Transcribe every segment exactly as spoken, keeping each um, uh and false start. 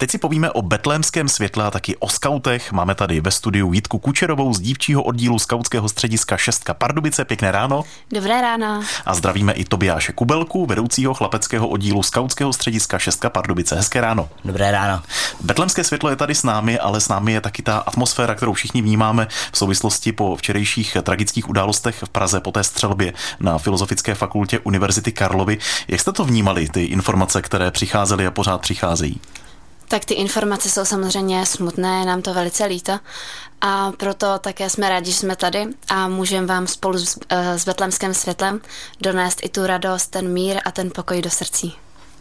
Teď si povíme o betlémském světle a taky o skautech. Máme tady ve studiu Jitku Kučerovou z dívčího oddílu skautského střediska Šestka Pardubice. Pěkné ráno. Dobré ráno. A zdravíme i Tobiáše Kubelku, vedoucího chlapeckého oddílu skautského střediska Šestka Pardubice. Hezké ráno. Dobré ráno. Betlémské světlo je tady s námi, ale s námi je taky ta atmosféra, kterou všichni vnímáme v souvislosti po včerejších tragických událostech v Praze po té střelbě na Filozofické fakultě Univerzity Karlovy. Jak jste to vnímali, ty informace, které přicházely a pořád přicházejí? Tak ty informace jsou samozřejmě smutné, je nám to velice líto a proto také jsme rádi, že jsme tady a můžeme vám spolu s, s Betlémským světlem donést i tu radost, ten mír a ten pokoj do srdcí.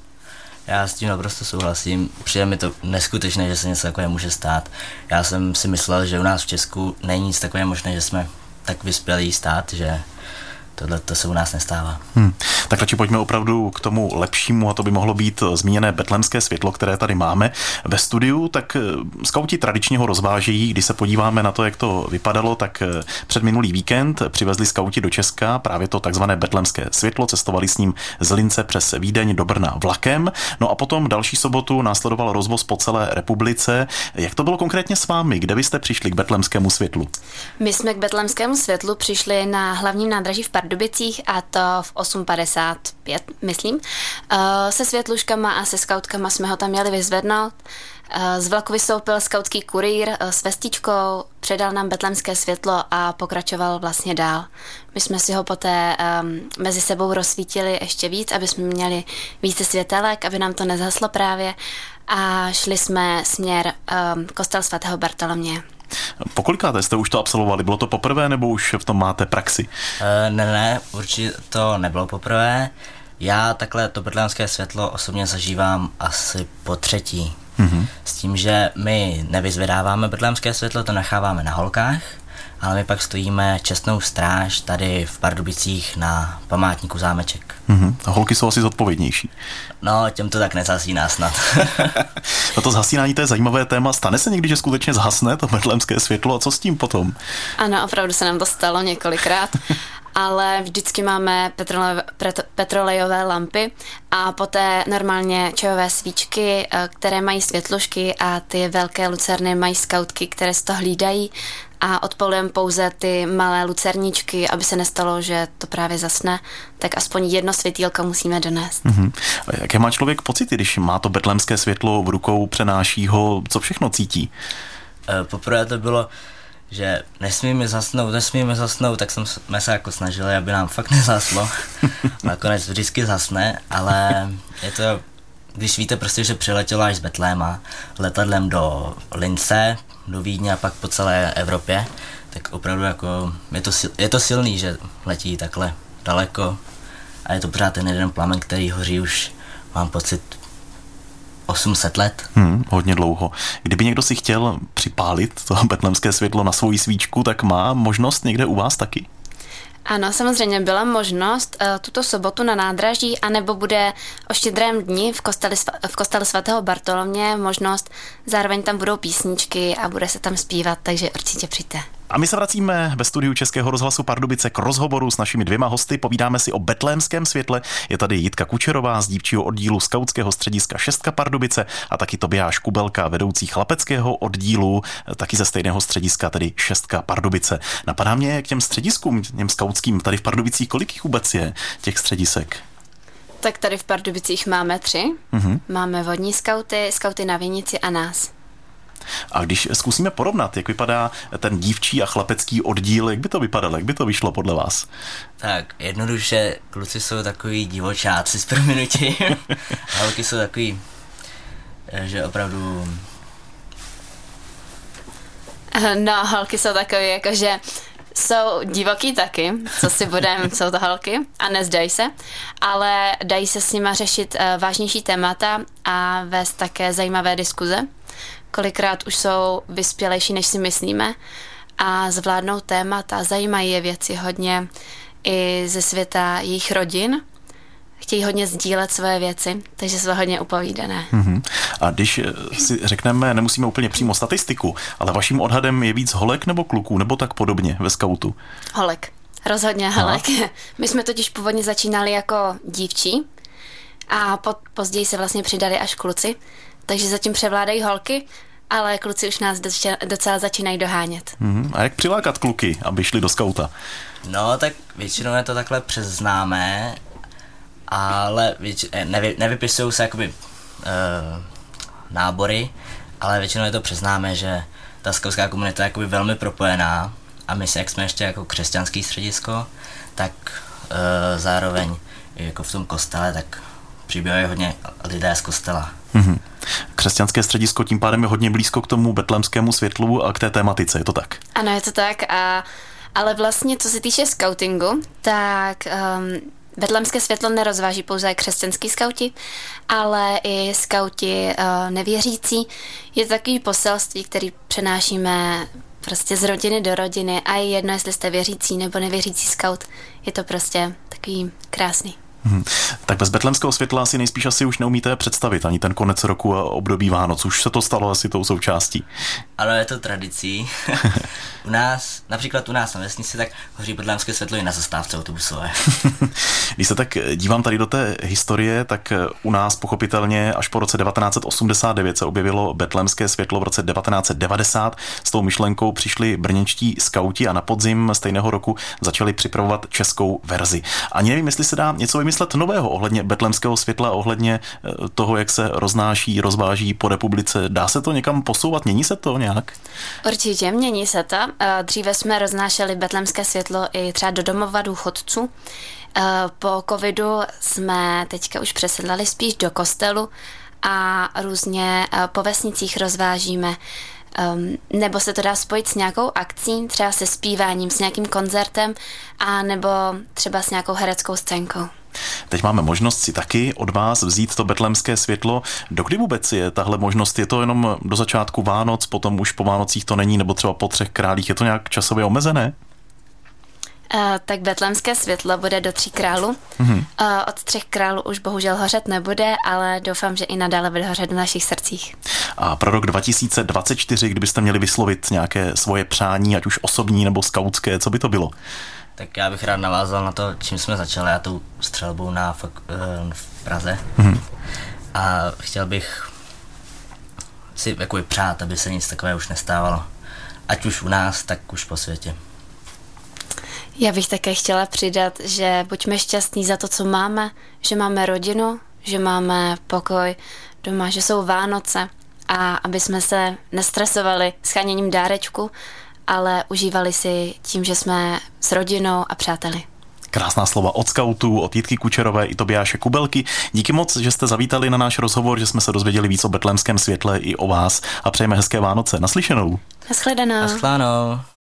Já s tím naprosto souhlasím. Přijde mi to neskutečné, že se něco takové může stát. Já jsem si myslel, že u nás v Česku není nic takové možné, že jsme tak vyspělý stát, že tohle to se u nás nestává. Hmm. Tak radši pojďme opravdu k tomu lepšímu a to by mohlo být zmíněné betlémské světlo, které tady máme ve studiu. Tak skauti tradičně ho rozvážejí. Když se podíváme na to, jak to vypadalo, tak před minulý víkend přivezli skauti do Česka právě to takzvané betlémské světlo. Cestovali s ním z Lince přes Vídeň do Brna vlakem. No a potom další sobotu následoval rozvoz po celé republice. Jak to bylo konkrétně s vámi? Kde vy jste přišli k betlémskému světlu? My jsme k betlémskému světlu přišli na hlavním nádraží v Pardubicích a to v osm padesát pět, myslím. Se světluškama a se skautkama jsme ho tam měli vyzvednout. Z vlaku vystoupil skautský kurýr s vestičkou, předal nám betlémské světlo a pokračoval vlastně dál. My jsme si ho poté um, mezi sebou rozsvítili ještě víc, aby jsme měli více světelek, aby nám to nezhaslo právě a šli jsme směr um, kostel svatého Bartoloměje. Pokolikáté jste už to absolvovali? Bylo to poprvé nebo už v tom máte praxi? Uh, ne, ne, určitě to nebylo poprvé. Já takhle to betlémské světlo osobně zažívám asi po třetí. Mm-hmm. S tím, že my nevyzvedáváme betlémské světlo, to necháváme na holkách, ale my pak stojíme čestnou stráž tady v Pardubicích na památníku Zámeček. Mm-hmm. A holky jsou asi zodpovědnější. No, těm to tak nezasíná snad. No to zhasínání, to je zajímavé téma. Stane se někdy, že skutečně zhasne to betlémské světlo a co s tím potom? Ano, opravdu se nám to stalo několikrát. Ale vždycky máme petrole, petrolejové lampy a poté normálně čajové svíčky, které mají světlušky a ty velké lucerny mají skautky, které si to hlídají a odpolujeme pouze ty malé lucerničky, aby se nestalo, že to právě zasne, tak aspoň jedno světýlko musíme donést. Mm-hmm. A jaké má člověk pocity, když má to betlémské světlo v rukou, přenáší ho, co všechno cítí? E, poprvé to bylo, že nesmíme zasnout, nesmíme zasnout, tak jsme se jako snažili, aby nám fakt nezaslo. Nakonec vždycky zasne, ale je to, když víte prostě, že přiletělo až z Betléma letadlem do Lince, do Vídně a pak po celé Evropě, tak opravdu jako je to, je to silný, že letí takhle daleko a je to pořád ten jeden plamen, který hoří už, mám pocit, osm set let. Hmm, hodně dlouho. Kdyby někdo si chtěl připálit to betlémské světlo na svoji svíčku, tak má možnost někde u vás taky? Ano, samozřejmě byla možnost uh, tuto sobotu na nádraží, anebo bude o štědrém dni v kostele, v kostele svatého Bartoloměje možnost, zároveň tam budou písničky a bude se tam zpívat, takže určitě přijďte. A my se vracíme ve studiu Českého rozhlasu Pardubice k rozhovoru s našimi dvěma hosty. Povídáme si o betlémském světle. Je tady Jitka Kučerová z dívčího oddílu skautského střediska Šestka Pardubice a taky Tobiáš Kubelka, vedoucí chlapeckého oddílu, taky ze stejného střediska, tedy Šestka Pardubice. Napadá mě k těm střediskům, těm skautským tady v Pardubicích, kolik jich vůbec je těch středisek? Tak tady v Pardubicích máme tři. Mm-hmm. Máme vodní skauty, skauty na Vinici a nás. A když zkusíme porovnat, jak vypadá ten dívčí a chlapecký oddíl, jak by to vypadalo, jak by to vyšlo podle vás? Tak jednoduše, kluci jsou takový divočáci s prominutím, a holky jsou takový, že opravdu... No, holky jsou takové, jakože jsou divoký taky, co si budeme, jsou to holky a nezdají se, ale dají se s nima řešit vážnější témata a vést také zajímavé diskuze. Kolikrát už jsou vyspělejší, než si myslíme a zvládnou témata, zajímají je věci hodně i ze světa jejich rodin. Chtějí hodně sdílet svoje věci, takže jsou hodně upovídané. Mm-hmm. A když si řekneme, nemusíme úplně přímo statistiku, ale vaším odhadem je víc holek nebo kluků, nebo tak podobně ve skautu? Holek. Rozhodně holek. Aha. My jsme totiž původně začínali jako dívčí a po, později se vlastně přidali až kluci. takže zatím převládají holky, ale kluci už nás docela začínají dohánět. Mm, a jak přilákat kluky, aby šli do skauta? No, tak většinou je to takhle přes známé, ale větši- nevy, nevypisují se jakoby uh, nábory, ale většinou je to přes známé, že ta skautská komunita je jakoby velmi propojená a my, jak jsme ještě jako křesťanský středisko, tak uh, zároveň jako v tom kostele, tak přibývají hodně lidé z kostela. Mm-hmm. Křesťanské středisko tím pádem je hodně blízko k tomu betlémskému světlu a k té tématice, je to tak? Ano, je to tak, a, ale vlastně co se týče skautingu, tak um, betlémské světlo nerozváží pouze křesťanský skauti, ale i skauti uh, nevěřící. Je to takový poselství, který přenášíme prostě z rodiny do rodiny a je jedno, jestli jste věřící nebo nevěřící skaut. Je to prostě takový krásný. Hmm. Tak bez betlémského světla si nejspíš asi už neumíte představit ani ten konec roku a období Vánoc. Už se to stalo asi tou součástí. Ano, je to tradicí. U nás, například u nás na vesnici, tak hoří betlémské světlo i na zastávce autobusové. Když se tak dívám tady do té historie, tak u nás pochopitelně až po roce devatenáct set osmdesát devět se objevilo betlémské světlo. V roce devatenáct set devadesát s tou myšlenkou přišli brněnští skauti a na podzim stejného roku začali připravovat českou verzi. Ani nevím, jestli se dá něco vymyslet nového ohledně betlémského světla, ohledně toho, jak se roznáší, rozváží po republice. Dá se to někam posouvat? Mění se to nějak? Určitě, mění se to. Dříve jsme roznášeli betlémské světlo i třeba do domova důchodců. Po covidu jsme teďka už přesedlali spíš do kostelu a různě po vesnicích rozvážíme. Um, nebo se to dá spojit s nějakou akcí, třeba se zpíváním, s nějakým koncertem a nebo třeba s nějakou hereckou scénkou. Teď máme možnost si taky od vás vzít to betlémské světlo. Dokdy vůbec je tahle možnost? Je to jenom do začátku Vánoc, potom už po Vánocích to není, nebo třeba po třech králích? Je to nějak časově omezené? Uh, tak betlémské světlo bude do tří králů. Mm-hmm. Uh, od třech králů už bohužel hořet nebude, ale doufám, že i nadále bude hořet v našich srdcích. A pro rok dva tisíce dvacet čtyři, kdybyste měli vyslovit nějaké svoje přání, ať už osobní nebo skautské, co by to bylo? Tak já bych rád navázal na to, čím jsme začali, a tou střelbou na fak, v Praze. Mm-hmm. A chtěl bych si jako přát, aby se nic takového už nestávalo. Ať už u nás, tak už po světě. Já bych také chtěla přidat, že buďme šťastní za to, co máme, že máme rodinu, že máme pokoj doma, že jsou Vánoce a aby jsme se nestresovali sháněním dárečku, ale užívali si tím, že jsme s rodinou a přáteli. Krásná slova od skautů, od Jitky Kučerové i Tobiáše Kubelky. Díky moc, že jste zavítali na náš rozhovor, že jsme se dozvěděli víc o betlémském světle i o vás a přejeme hezké Vánoce. Naslyšenou. Naschledanou. Naschledanou.